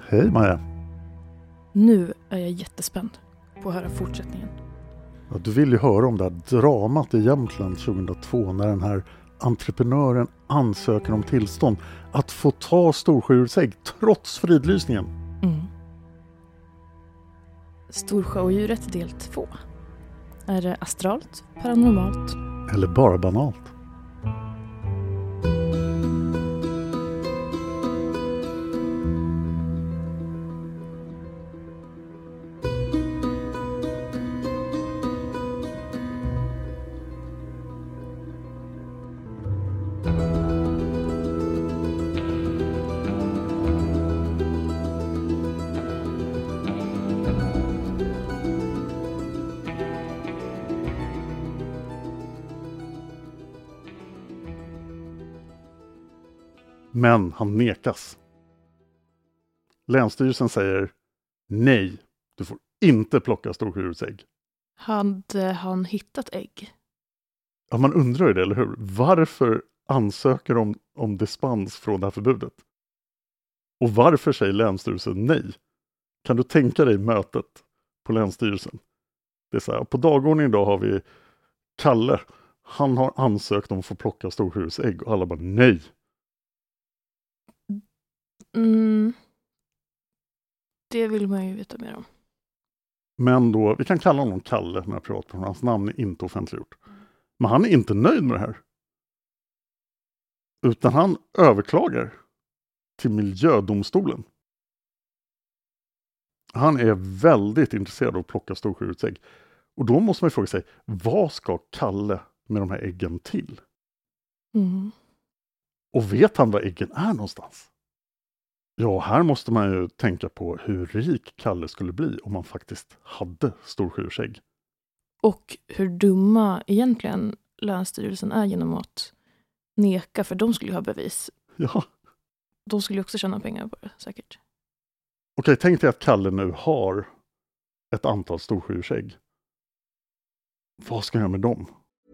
Hej Maja. Nu är jag jättespänd på att höra fortsättningen. Ja, du vill ju höra om det här dramat i Jämtland 2002 när den här entreprenören ansöker om tillstånd att få ta storsjödjursägg trots fridlysningen. Storsjödjuret del 2. Är det astralt, paranormalt? Eller bara banalt. Men han nekas. Länsstyrelsen säger nej, du får inte plocka storsjödjursägg. Hade han hittat ägg? Ja, man undrar ju det, eller hur? Varför ansöker de om dispens från det här förbudet? Och varför säger Länsstyrelsen nej? Kan du tänka dig mötet på Länsstyrelsen? Det är så här, på dagordningen idag har vi Kalle. Han har ansökt om att få plocka storsjödjursägg och alla bara nej. Det vill man ju veta mer om. Men då, vi kan kalla honom Kalle när jag pratar om hans namn är inte offentliggjort. Men han är inte nöjd med det här. Utan han överklagar till miljödomstolen. Han är väldigt intresserad av att plocka storsjödjursägg. Och då måste man ju fråga sig, vad ska Kalle med de här äggen till? Och vet han var äggen är någonstans? Ja, här måste man ju tänka på hur rik Kalle skulle bli om man faktiskt hade storsjödjursägg. Och hur dumma egentligen Länsstyrelsen är genom att neka, för de skulle ju ha bevis. Ja. De skulle ju också tjäna pengar på det, säkert. Okej, tänk dig att Kalle nu har ett antal storsjödjursägg. Vad ska jag göra med dem?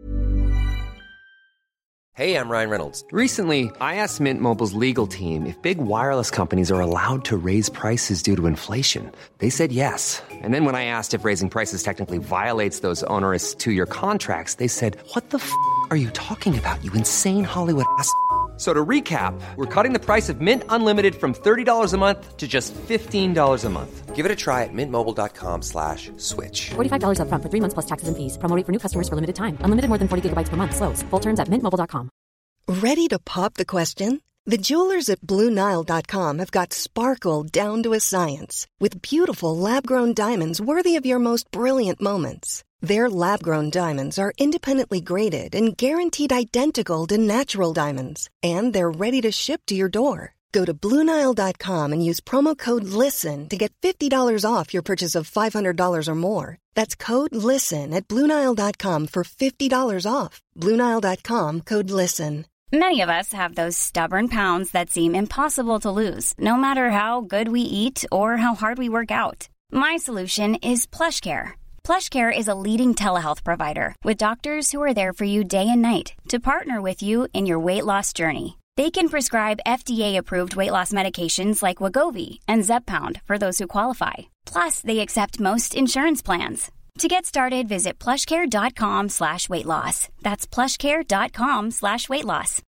Hey, I'm Ryan Reynolds. Recently, I asked Mint Mobile's legal team if big wireless companies are allowed to raise prices due to inflation. They said yes. And then when I asked if raising prices technically violates those onerous two-year contracts, they said, "What the f*** are you talking about, you insane Hollywood ass?" So to recap, we're cutting the price of Mint Unlimited from $30 a month to just $15 a month. Give it a try at mintmobile.com/switch. $45 up front for 3 months plus taxes and fees. Promo rate for new customers for limited time. Unlimited more than 40 gigabytes per month. Slows full terms at mintmobile.com. Ready to pop the question? The jewelers at BlueNile.com have got sparkle down to a science with beautiful lab-grown diamonds worthy of your most brilliant moments. Their lab-grown diamonds are independently graded and guaranteed identical to natural diamonds. And they're ready to ship to your door. Go to BlueNile.com and use promo code LISTEN to get $50 off your purchase of $500 or more. That's code LISTEN at BlueNile.com for $50 off. BlueNile.com, code LISTEN. Many of us have those stubborn pounds that seem impossible to lose, no matter how good we eat or how hard we work out. My solution is PlushCare. PlushCare is a leading telehealth provider with doctors who are there for you day and night to partner with you in your weight loss journey. They can prescribe FDA-approved weight loss medications like Wegovy and Zepbound for those who qualify. Plus, they accept most insurance plans. To get started, visit plushcare.com/weightloss. That's plushcare.com/weightloss.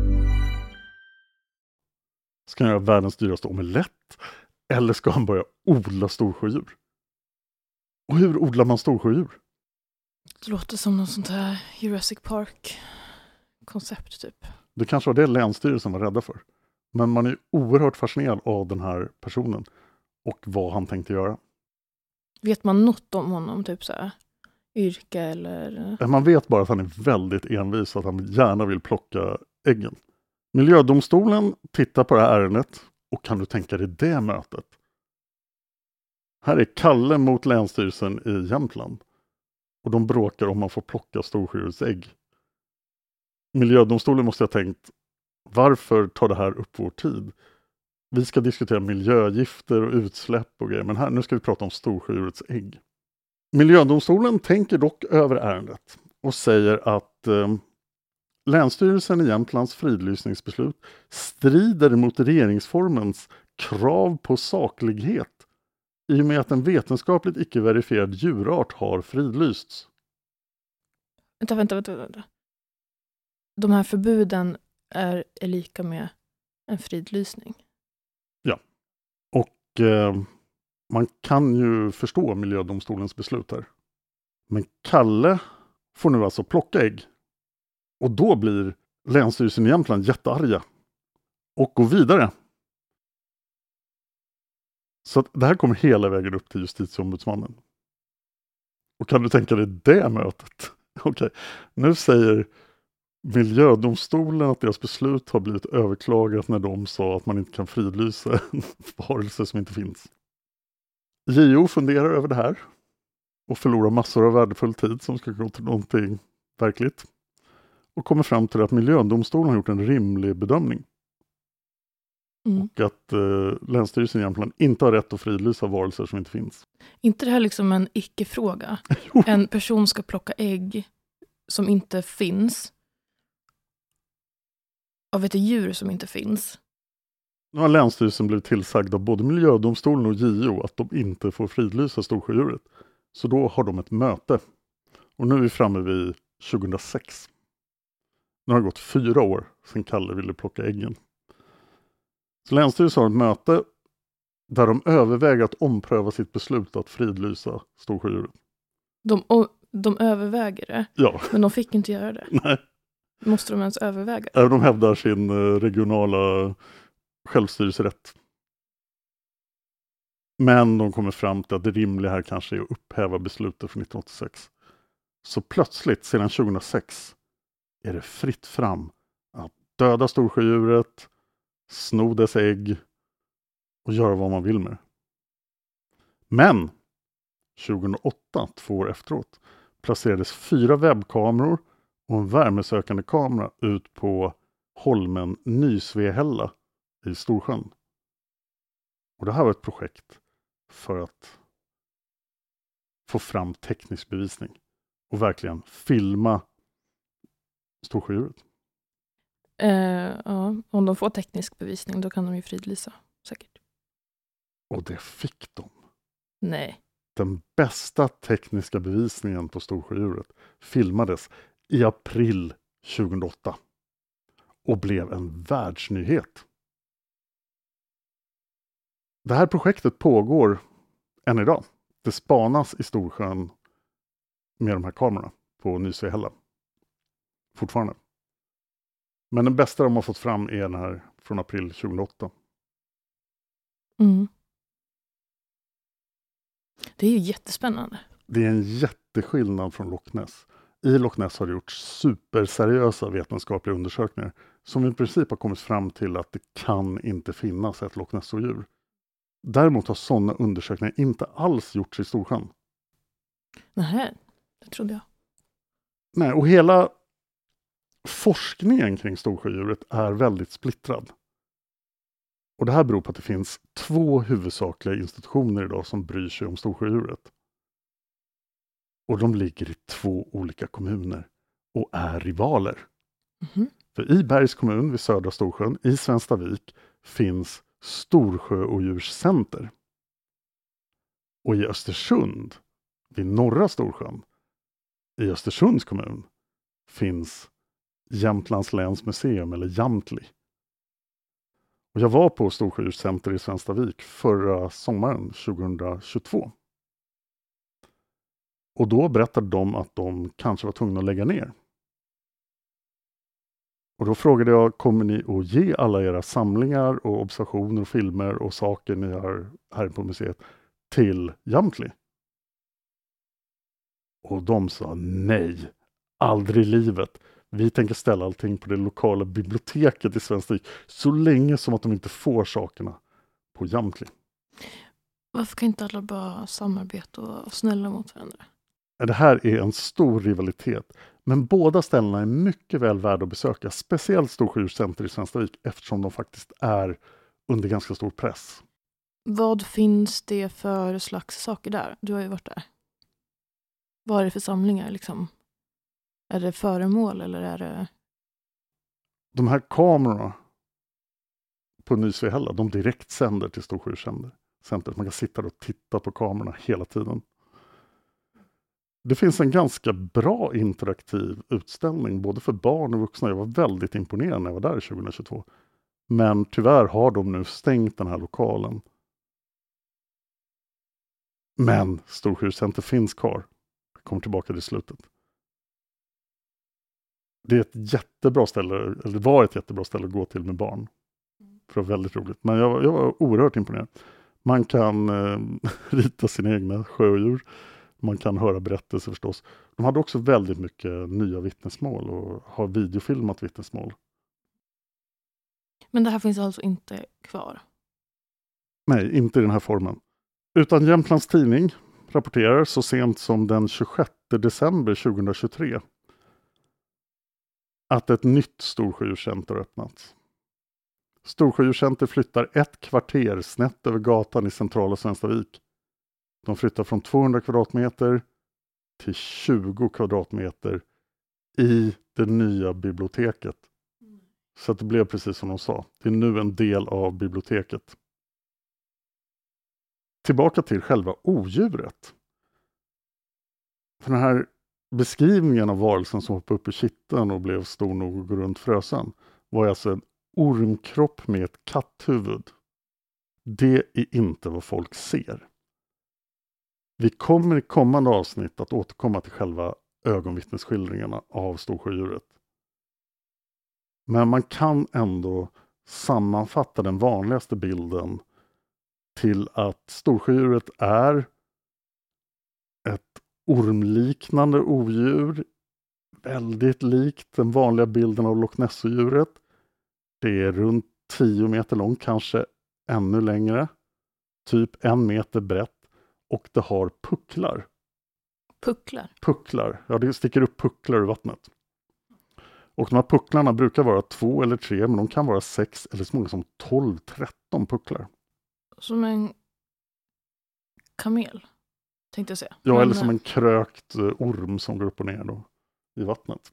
Ska han göra världens dyraste omelett? Eller ska han börja odla storsjödjur? Och hur odlar man storsjödjur? Det låter som något sånt här Jurassic Park-koncept typ. Det kanske var det Länsstyrelsen var rädda för. Men man är oerhört fascinerad av den här personen och vad han tänkte göra. Vet man något om honom, typ så här yrke eller? Man vet bara att han är väldigt envis, att han gärna vill plocka äggen. Miljödomstolen tittar på det här ärendet och kan du tänka dig det mötet? Här är Kalle mot Länsstyrelsen i Jämtland och de bråkar om man får plocka storsjödjursägg. Miljödomstolen måste ha tänkt, varför tar det här upp vår tid? Vi ska diskutera miljögifter och utsläpp och grejer, men nu ska vi prata om storsjödjurets ägg. Miljödomstolen tänker dock över ärendet och säger att Länsstyrelsen i Jämtlands fridlysningsbeslut strider mot regeringsformens krav på saklighet i och med att en vetenskapligt icke verifierad djurart har fridlysts. Vänta. De här förbuden är lika med en fridlysning. Ja, och man kan ju förstå miljödomstolens beslut här. Men Kalle får nu alltså plocka ägg. Och då blir Länsstyrelsen i Jämtland jättearga. Och går vidare. Så att det här kommer hela vägen upp till justitieombudsmannen. Och kan du tänka dig det mötet? Okej, nu säger miljödomstolen att deras beslut har blivit överklagat när de sa att man inte kan fridlysa en varelse som inte finns. JO funderar över det här och förlorar massor av värdefull tid som ska gå till någonting verkligt. Och kommer fram till att miljödomstolen har gjort en rimlig bedömning. Och att Länsstyrelsen i Jämtland inte har rätt att fridlysa varelser som inte finns. Inte det här liksom en icke-fråga? En person ska plocka ägg som inte finns av ett djur som inte finns. Nu har Länsstyrelsen blivit tillsagd av både miljödomstolen och JO att de inte får fridlysa storsjödjuret. Så då har de ett möte. Och nu är vi framme vid 2006. Nu har det gått 4 år sedan Kalle ville plocka äggen. Så Länsstyrelsen har ett möte där de överväger att ompröva sitt beslut att fridlysa storsjödjuret. De överväger det? Ja. Men de fick inte göra det? Nej. Måste de ens överväga? Även de hävdar sin regionala självstyrelserätt. Men de kommer fram till att det rimliga här kanske är att upphäva beslutet från 1986. Så plötsligt, sedan 2006, är det fritt fram att döda storsjödjuret, sno dess ägg och göra vad man vill med det. Men 2008, 2 år efteråt, placerades 4 webbkameror och en värmesökande kamera ut på holmen Nysvehälla i Storsjön. Och det här var ett projekt för att få fram teknisk bevisning och verkligen filma storsjödjuret. Ja, om de får teknisk bevisning då kan de ju fridlysa, säkert. Och det fick de. Nej. Den bästa tekniska bevisningen på storsjödjuret filmades i april 2008 och blev en världsnyhet. Det här projektet pågår än idag. Det spanas i Storsjön med de här kamerorna på Nysvehälla. Fortfarande. Men den bästa de har fått fram är den här från april 2008. Mm. Det är ju jättespännande. Det är en jätteskillnad från Loch Ness. I Loch Ness har det gjorts superseriösa vetenskapliga undersökningar som i princip har kommit fram till att det kan inte finnas ett Loch Ness-djur. Däremot har sådana undersökningar inte alls gjorts i Storsjön. Nej, det trodde jag. Nej, och hela forskningen kring storsjödjuret är väldigt splittrad. Och det här beror på att det finns 2 huvudsakliga institutioner idag som bryr sig om storsjödjuret. Och de ligger i 2 olika kommuner och är rivaler. Mm-hmm. För i Bergs kommun vid södra Storsjön, i Svenstavik, finns Storsjöodjurscenter. Och i Östersund, vid norra Storsjön, i Östersunds kommun, finns Jämtlands läns museum eller Jamtli. Och jag var på Storsjöodjurscenter i Svenstavik förra sommaren 2022. Och då berättade de att de kanske var tvungna att lägga ner. Och då frågade jag, kommer ni att ge alla era samlingar och observationer och filmer och saker ni har här på museet till Jamtli? Och de sa nej, aldrig i livet. Vi tänker ställa allting på det lokala biblioteket i Svenstavik så länge som att de inte får sakerna på Jamtli. Varför kan inte alla bara samarbeta och vara snälla mot varandra? Det här är en stor rivalitet. Men båda ställena är mycket väl värda att besöka. Speciellt Storsjöodjurscenter i Svenstavik eftersom de faktiskt är under ganska stor press. Vad finns det för slags saker där? Du har ju varit där. Vad är det för samlingar liksom? Är det föremål eller är det... De här kamerorna på Nysvedhälla, de direkt sänder till Storsjöcentret. Man kan sitta och titta på kamerorna hela tiden. Det finns en ganska bra interaktiv utställning både för barn och vuxna. Jag var väldigt imponerad när jag var där 2022. Men tyvärr har de nu stängt den här lokalen. Men Storsjöcentret finns kvar. Jag kommer tillbaka till slutet. Det är ett jättebra ställe, eller det var ett jättebra ställe att gå till med barn. För det var väldigt roligt. Men jag var oerhört imponerad. Man kan rita sina egna sjödjur. Man kan höra berättelser förstås. De hade också väldigt mycket nya vittnesmål och har videofilmat vittnesmål. Men det här finns alltså inte kvar? Nej, inte i den här formen. Utan Jämtlands Tidning rapporterar så sent som den 26 december 2023 att ett nytt Storsjödjurscenter har öppnats. Storsjödjurscenter flyttar ett kvarter snett över gatan i centrala Svenstavik. De flyttar från 200 kvadratmeter till 20 kvadratmeter i det nya biblioteket. Så att det blev precis som de sa. Det är nu en del av biblioteket. Tillbaka till själva odjuret. För den här beskrivningen av varelsen som hoppade upp i kitteln och blev stor nog att gå runt Frösön var alltså en ormkropp med ett katthuvud. Det är inte vad folk ser. Vi kommer i kommande avsnitt att återkomma till själva ögonvittnesskildringarna av Storsjödjuret. Men man kan ändå sammanfatta den vanligaste bilden till att Storsjödjuret är ett ormliknande odjur, väldigt likt den vanliga bilden av Loch Ness-djuret. Det är runt 10 meter långt, kanske ännu längre, typ 1 meter brett, och det har pucklar. Pucklar, ja, det sticker upp pucklar ur vattnet. Och de här pucklarna brukar vara 2 eller 3, men de kan vara 6 eller så många som 12-13 pucklar. Som en kamel, tänkte jag säga. Ja, men, eller som en krökt orm som går upp och ner då, i vattnet.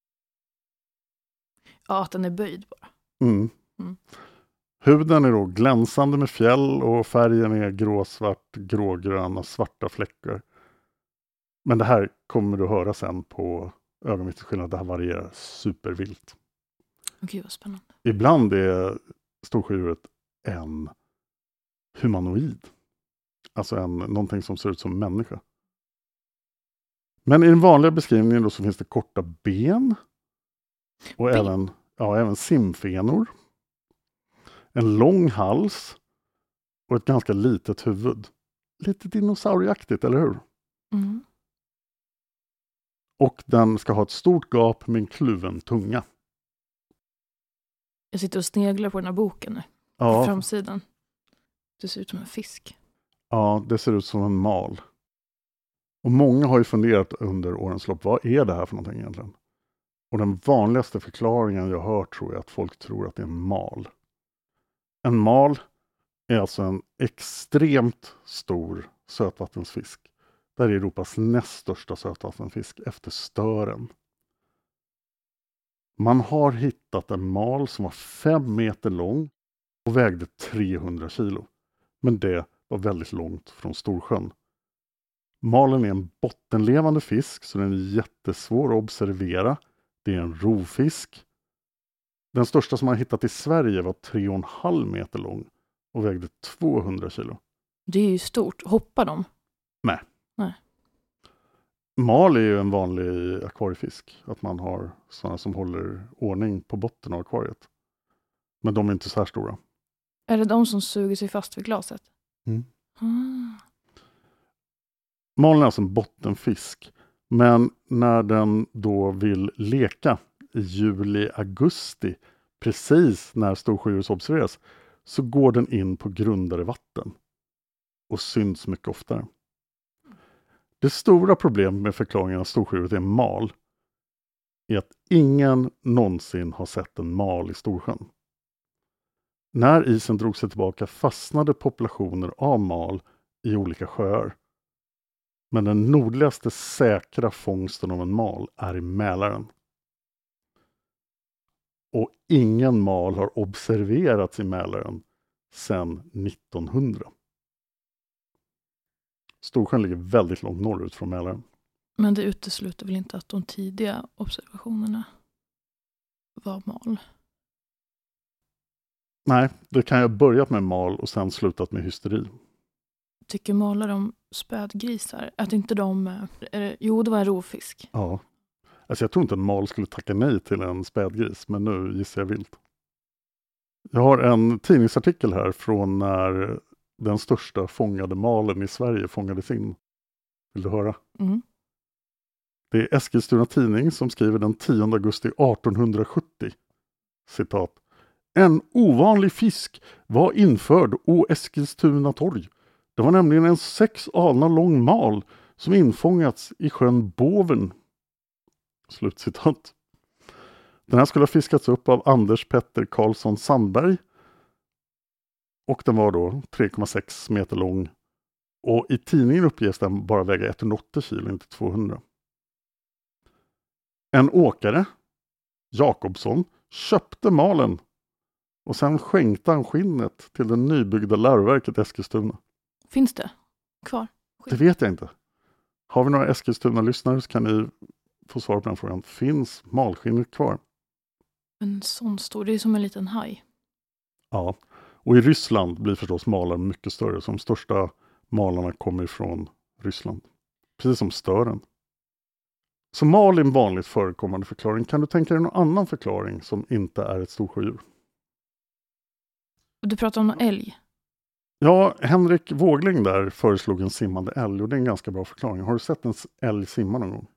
Ja, att den är böjd bara. Mm. Huden är då glänsande med fjäll och färgen är gråsvart, grågröna, svarta fläckar. Men det här kommer du höra sen på ögonvittnesskillnaden. Det här varierar supervilt. Gud vad spännande. Ibland är Storsjödjuret en humanoid. Alltså någonting som ser ut som en människa. Men i den vanliga beskrivningen då så finns det korta ben. Och även simfenor. En lång hals. Och ett ganska litet huvud. Lite dinosaurieaktigt, eller hur? Mm. Och den ska ha ett stort gap med en kluven tunga. Jag sitter och sneglar på den här boken nu. Ja. På framsidan. Det ser ut som en fisk. Ja, det ser ut som en mal. Och många har ju funderat under årens lopp, vad är det här för någonting egentligen? Och den vanligaste förklaringen jag har hört tror jag att folk tror att det är en mal. En mal är alltså en extremt stor sötvattensfisk. Det är Europas näst största sötvattenfisk efter stören. Man har hittat en mal som var 5 meter lång och vägde 300 kilo. Men det var väldigt långt från Storsjön. Malen är en bottenlevande fisk så den är jättesvår att observera. Det är en rovfisk. Den största som man hittat i Sverige var 3,5 meter lång och vägde 200 kilo. Det är ju stort. Hoppar de? Nej. Nej. Mal är ju en vanlig akvariefisk. Att man har sådana som håller ordning på botten av akvariet. Men de är inte så här stora. Är det de som suger sig fast vid glaset? Mm. Ah. Malen är alltså en bottenfisk. Men när den då vill leka i juli-augusti, precis när Storsjödjuret observeras, så går den in på grundare vatten och syns mycket oftare. Det stora problemet med förklaringen att Storsjödjuret är en mal är att ingen någonsin har sett en mal i Storsjön. När isen drog sig tillbaka fastnade populationer av mal i olika sjöar. Men den nordligaste säkra fångsten av en mal är i Mälaren. Och ingen mal har observerats i Mälaren sedan 1900. Storsjön ligger väldigt långt norrut från Mälaren. Men det utesluter väl inte att de tidiga observationerna var mal? Nej, det kan jag ha börjat med mal och sen slutat med hysteri. Tycker malar om spädgrisar? Att inte de... Jo, det var en rovfisk. Ja. Alltså jag tror inte en mal skulle tacka nej till en spädgris, men nu gissar jag vilt. Jag har en tidningsartikel här från när den största fångade malen i Sverige fångades in. Vill du höra? Mm. Det är Eskilstuna Tidning som skriver den 10 augusti 1870. Citat. En ovanlig fisk var införd å Eskilstuna torg. Det var nämligen en 6 alnar lång mal som infångats i sjön Båven. Slutcitat. Den här skulle ha fiskats upp av Anders Petter Karlsson Sandberg. Och den var då 3,6 meter lång. Och i tidningen uppges den bara väga 180 kilo, inte 200. En åkare, Jakobsson, köpte malen. Och sen skänkte han skinnet till den nybyggda läroverket Eskilstuna. Finns det kvar? Det vet jag inte. Har vi några Eskilstuna-lyssnare så kan ni få svar på den frågan. Finns malskinnet kvar? En sån stor, det är som en liten haj. Ja, och i Ryssland blir förstås malar mycket större. Så de största malarna kommer ifrån Ryssland. Precis som stören. Så mal är en vanligt förekommande förklaring. Kan du tänka dig någon annan förklaring som inte är ett storsjödjur? Du pratar om någon älg. Ja, Henrik Wågling där föreslog en simmande älg och det är en ganska bra förklaring. Har du sett en älg simma någon gång?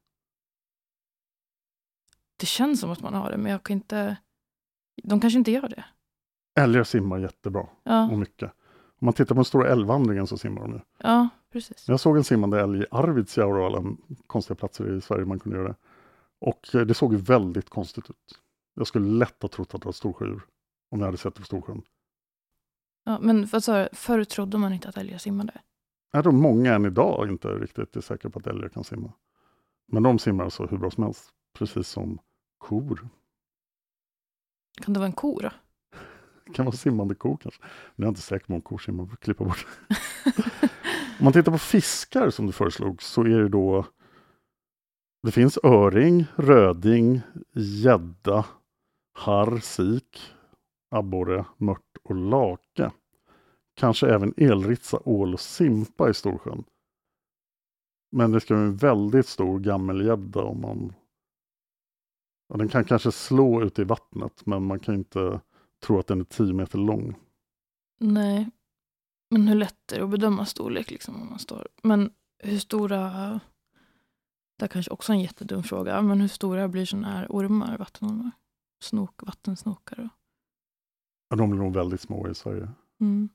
Det känns som att man har det, men jag kan inte... De kanske inte gör det. Älgar simmar jättebra och mycket. Om man tittar på den stora älgvandringen så simmar de ju. Ja, precis. Jag såg en simmande älg i Arvidsjaur och alla konstiga platser i Sverige man kunde göra det. Och det såg ju väldigt konstigt ut. Jag skulle lätt ha trott att det var ett storsjödjur om jag hade sett det på Storsjön. Ja, men förr trodde man inte att älgar simmade. Jag tror många än idag inte riktigt är säkra på att älgar kan simma. Men de simmar alltså hur bra som helst. Precis som kor. Kan det vara en ko då? Det kan vara simmande ko kanske. Men jag är inte säker på om kor simmar. Klippa bort. Om man tittar på fiskar som du föreslog så är det då... Det finns öring, röding, gädda, harr, sik, abborre, mört och lake. Kanske även elritsa, ål och simpa i Storsjön. Men det ska vara en väldigt stor gammelgädda om man... Ja, den kan kanske slå ut i vattnet men man kan inte tro att den är 10 meter lång. Nej, men hur lätt är det att bedöma storlek liksom om man står? Men hur stora... Det är kanske också en jättedum fråga, men hur stora blir sådana här ormar, vattenormar? Vattensnokar då? Ja, de blir nog väldigt små i Sverige. Mm.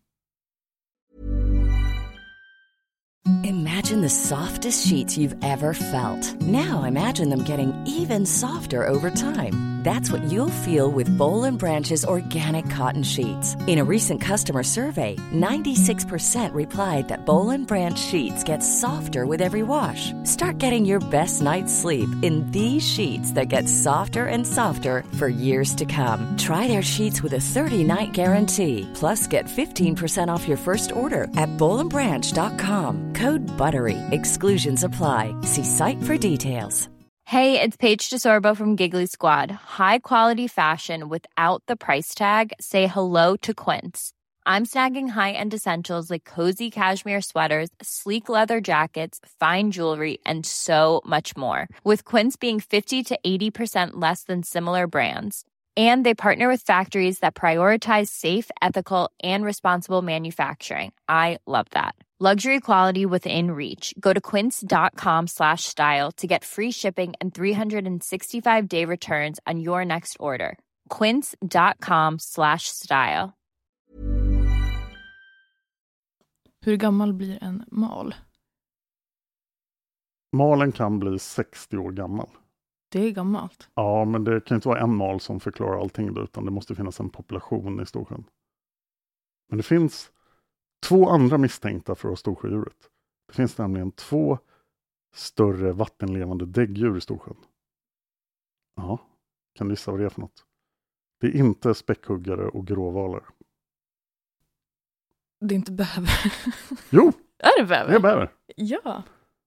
Imagine the softest sheets you've ever felt. Now imagine them getting even softer over time. That's what you'll feel with Boll & Branch's organic cotton sheets. In a recent customer survey, 96% replied that Boll & Branch sheets get softer with every wash. Start getting your best night's sleep in these sheets that get softer and softer for years to come. Try their sheets with a 30-night guarantee. Plus, get 15% off your first order at bollandbranch.com. Code BUTTERY. Exclusions apply. See site for details. Hey, it's Paige DeSorbo from Giggly Squad. High quality fashion without the price tag. Say hello to Quince. I'm snagging high-end essentials like cozy cashmere sweaters, sleek leather jackets, fine jewelry, and so much more. With Quince being 50 to 80% less than similar brands. And they partner with factories that prioritize safe, ethical, and responsible manufacturing. I love that. Luxury quality within reach. Go to quince.com/style to get free shipping and 365-day returns on your next order. Quince.com/style. Hur gammal blir en mal? Malen kan bli 60 år gammal. Det är gammalt. Ja, men det kan inte vara en mal som förklarar allting då, utan det måste finnas en population i Storsjön. Men det finns 2 andra misstänkta för storsjödjuret. Det finns nämligen 2 större vattenlevande däggdjur i Storsjön. Ja, kan du gissa vad det är för något? Det är inte späckhuggare och gråvalar. Det är inte bäver. Jo, Är det bäver? det är bäver. Ja.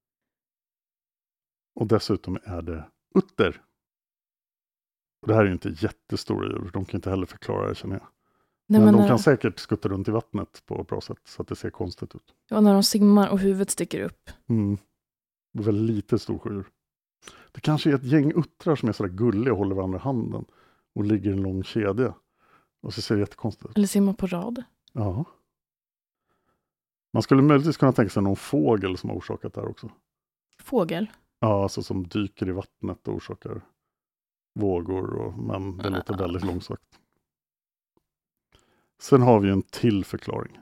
Och dessutom är det utter. Och det här är ju inte jättestora djur. De kan inte heller förklara det, känner jag. Nej, men de när, kan säkert skutta runt i vattnet på ett bra sätt så att det ser konstigt ut. ja, när de simmar och huvudet sticker upp. Det är väldigt lite storsjödjur. Det kanske är ett gäng uttrar som är sådär gulliga och håller varandra i handen. Och ligger i en lång kedja. Och så ser det jättekonstigt ut. Eller simmar på rad. Ja. Man skulle möjligtvis kunna tänka sig någon fågel som har orsakat det här också. Fågel? Ja, alltså som dyker i vattnet och orsakar vågor. Men det låter väldigt långsökt. Sen har vi en till förklaring.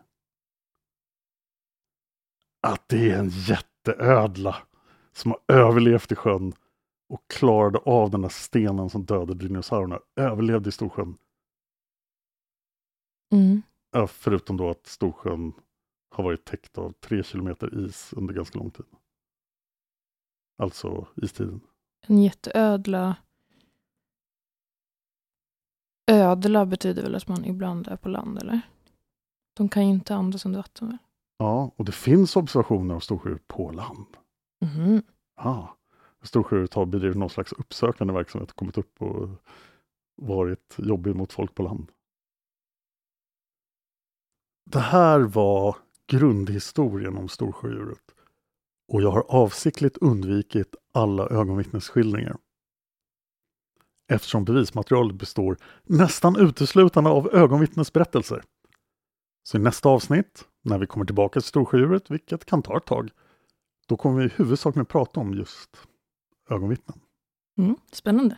Att det är en jätteödla som har överlevt i sjön och klarade av den där stenen som dödade dinosaurierna. Överlevde i Storsjön. Ja, förutom då att Storsjön har varit täckt av 3 kilometer is under ganska lång tid. Alltså istiden. En jätteödla. Ödla betyder väl att man ibland är på land, eller? De kan ju inte andas under vatten, väl? Ja, och det finns observationer av storsjödjur på land. Ja, storsjödjur har bedrivit någon slags uppsökande verksamhet, kommit upp och varit jobbig mot folk på land. Det här var grundhistorien om storsjödjuret. Och jag har avsiktligt undvikit alla ögonvittnesskildringar. Eftersom bevismaterialet består nästan uteslutande av ögonvittnesberättelser. Så i nästa avsnitt, när vi kommer tillbaka till storsjödjuret, vilket kan ta ett tag, då kommer vi i huvudsak med att prata om just ögonvittnen. Spännande.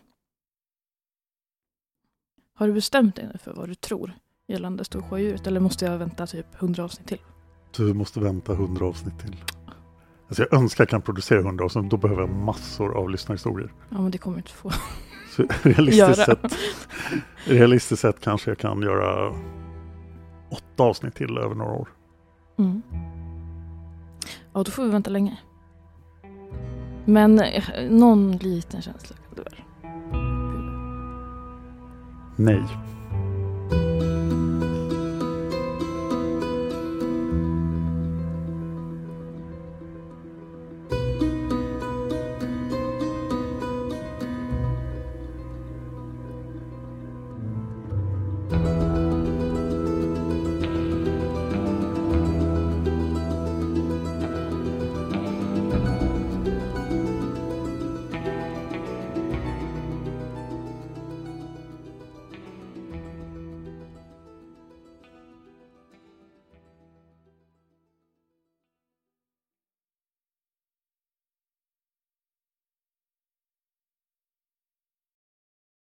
Har du bestämt dig för vad du tror gällande storsjödjuret, eller måste jag vänta typ 100 avsnitt till? Du måste vänta 100 avsnitt till. Alltså jag önskar jag kan producera 100 avsnitt, då behöver jag massor av lyssnarhistorier. Ja, men det kommer inte få. Så realistiskt sett kanske jag kan göra 8 avsnitt till över några år. Ja, då får vi vänta länge. Men någon liten känsla kan du väl? Nej.